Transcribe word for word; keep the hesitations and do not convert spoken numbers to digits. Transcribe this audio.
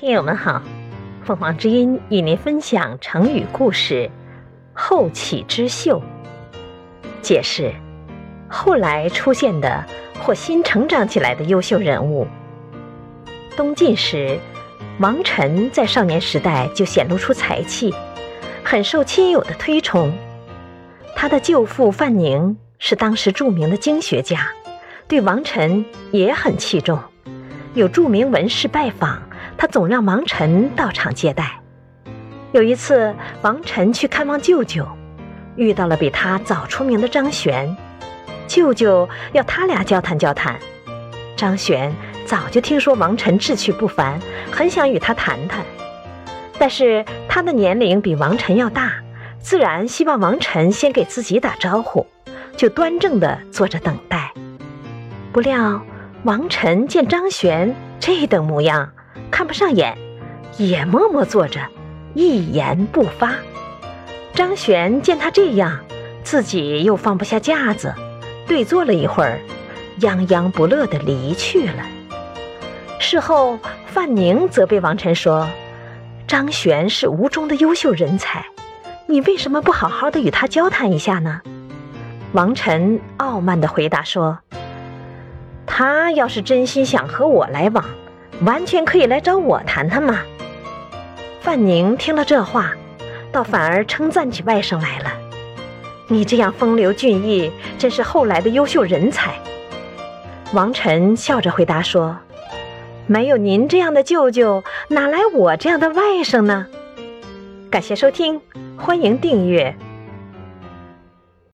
听友们好，凤凰之音与您分享成语故事后起之秀。解释：后来出现的或新成长起来的优秀人物。东晋时，王臣在少年时代就显露出才气，很受亲友的推崇。他的舅父范宁是当时著名的经学家，对王臣也很器重，有著名文士拜访，他总让王臣到场接待。有一次，王臣去看望舅舅，遇到了比他早出名的张玄，舅舅要他俩交谈交谈。张玄早就听说王臣志趣不凡，很想与他谈谈，但是他的年龄比王臣要大，自然希望王臣先给自己打招呼，就端正地坐着等待。不料王臣见张玄这等模样，看不上眼，也默默坐着，一言不发。张玄见他这样，自己又放不下架子，对坐了一会儿，泱泱不乐地离去了。事后范宁责备王臣说，张玄是吴中的优秀人才，你为什么不好好的与他交谈一下呢？王臣傲慢地回答说，他要是真心想和我来往，完全可以来找我谈谈嘛。范宁听了这话，倒反而称赞起外甥来了，你这样风流俊逸，真是后来的优秀人才。王臣笑着回答说，没有您这样的舅舅，哪来我这样的外甥呢？感谢收听，欢迎订阅。